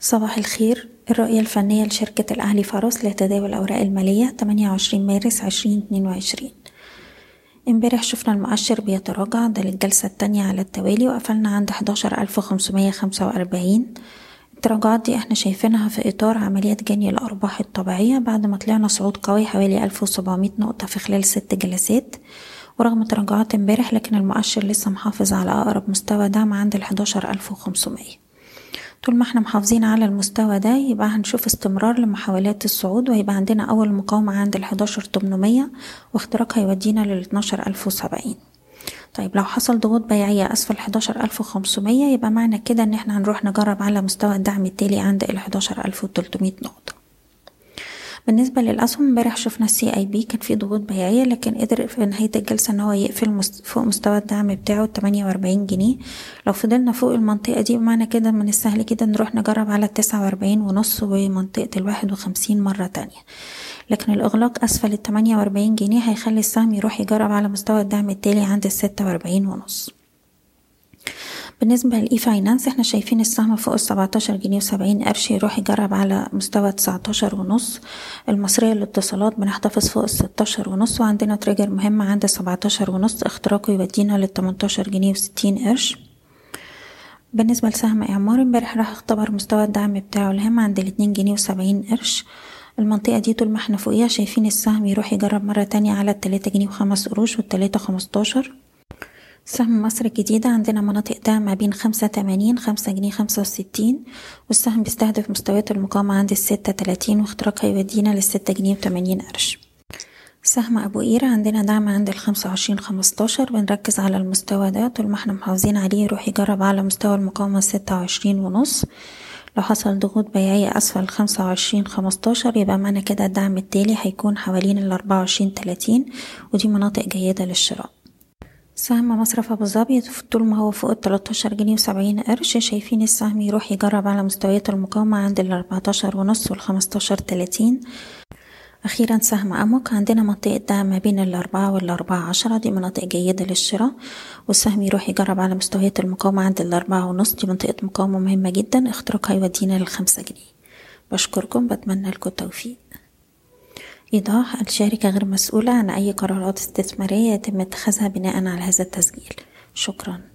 صباح الخير. الرؤية الفنية لشركة الأهلي فارس لتداول الأوراق المالية 28 مارس 2022. امبارح شفنا المؤشر بيتراجع، ده للجلسة التانية على التوالي، وقفلنا عند 11545. التراجعات دي احنا شايفينها في إطار عمليات جني الأرباح الطبيعية بعد ما طلعنا صعود قوي حوالي 1700 نقطة في خلال 6 جلسات. ورغم تراجعات امبارح لكن المؤشر لسه محافظ على أقرب مستوى دعم عند 11500. طول ما احنا محافظين على المستوى ده يبقى هنشوف استمرار لمحاولات الصعود، وهيبقى عندنا أول مقاومة عند 11800 واختراقها يودينا 12070. طيب لو حصل ضغوط بيعية أسفل 11500 يبقى معنى كده ان احنا هنروح نجرب على مستوى الدعم التالي عند 11300 نقطة. بالنسبة للأسهم امبارح شفنا CIB كان فيه ضغوط بيعية، لكن قدر في نهاية الجلسة ان هو يقفل فوق مستوى الدعم بتاعه 48 جنيه. لو فضلنا فوق المنطقة دي معنى كده من السهل كده نروح نجرب على 49.5 ومنطقة 51 مرة تانية، لكن الإغلاق أسفل 48 جنيه هيخلي السهم يروح يجرب على مستوى الدعم التالي عند 46.5. بالنسبة للإي فاينانس احنا شايفين السهم فوق 17 جنيه و70 قرش، يروح يجرب على مستوى 19.5. المصرية للاتصالات بنحتفظ فوق 16.5، وعندنا تريجر مهم عند 17.5، اختراقه يودينا 18 جنيه و60 قرش. بالنسبة لسهم إعمار امبارح راح اختبر مستوى الدعم بتاعه الهام عند 2 جنيه و70 قرش. المنطقة دي طول ما احنا فوقيها شايفين السهم يروح يجرب مرة تانية على 3 جنيه و5 قروش وال3.15. سهم مصر الجديدة عندنا مناطق دعم ما بين 85 5 جنيه 65، والسهم بيستهدف مستويات المقاومة عند 36 واختراقها يودينا 6 جنيه و80 قرش. سهم أبو قير عندنا دعم عند 25 15، بنركز على المستوى ده طول ما احنا محافظين عليه يروح يجرب على مستوى المقاومة 26.5. لو حصل ضغوط بيعية أسفل 25 15 يبقى معنى كده الدعم التالي هيكون حوالين 24 30، ودي مناطق جيدة للشراء. سهم مصرف أبو ظبي طول ما هو فوق 13 جنيه و70 قرش شايفين السهم يروح يجرب على مستويات المقاومة عند 14.5 وال15 30. أخيرا سهم أموك عندنا منطقة دعم ما بين 4 وال4.10، دي مناطق جيدة للشراء، والسهم يروح يجرب على مستويات المقاومة عند 4.5، دي منطقة مقاومة مهمة جدا، اختراقها يودينا 5 جنيه. بشكركم، بتمنى لكم التوفيق. إيضاح: الشركة غير مسؤولة عن أي قرارات استثمارية يتم اتخاذها بناء على هذا التسجيل. شكرا.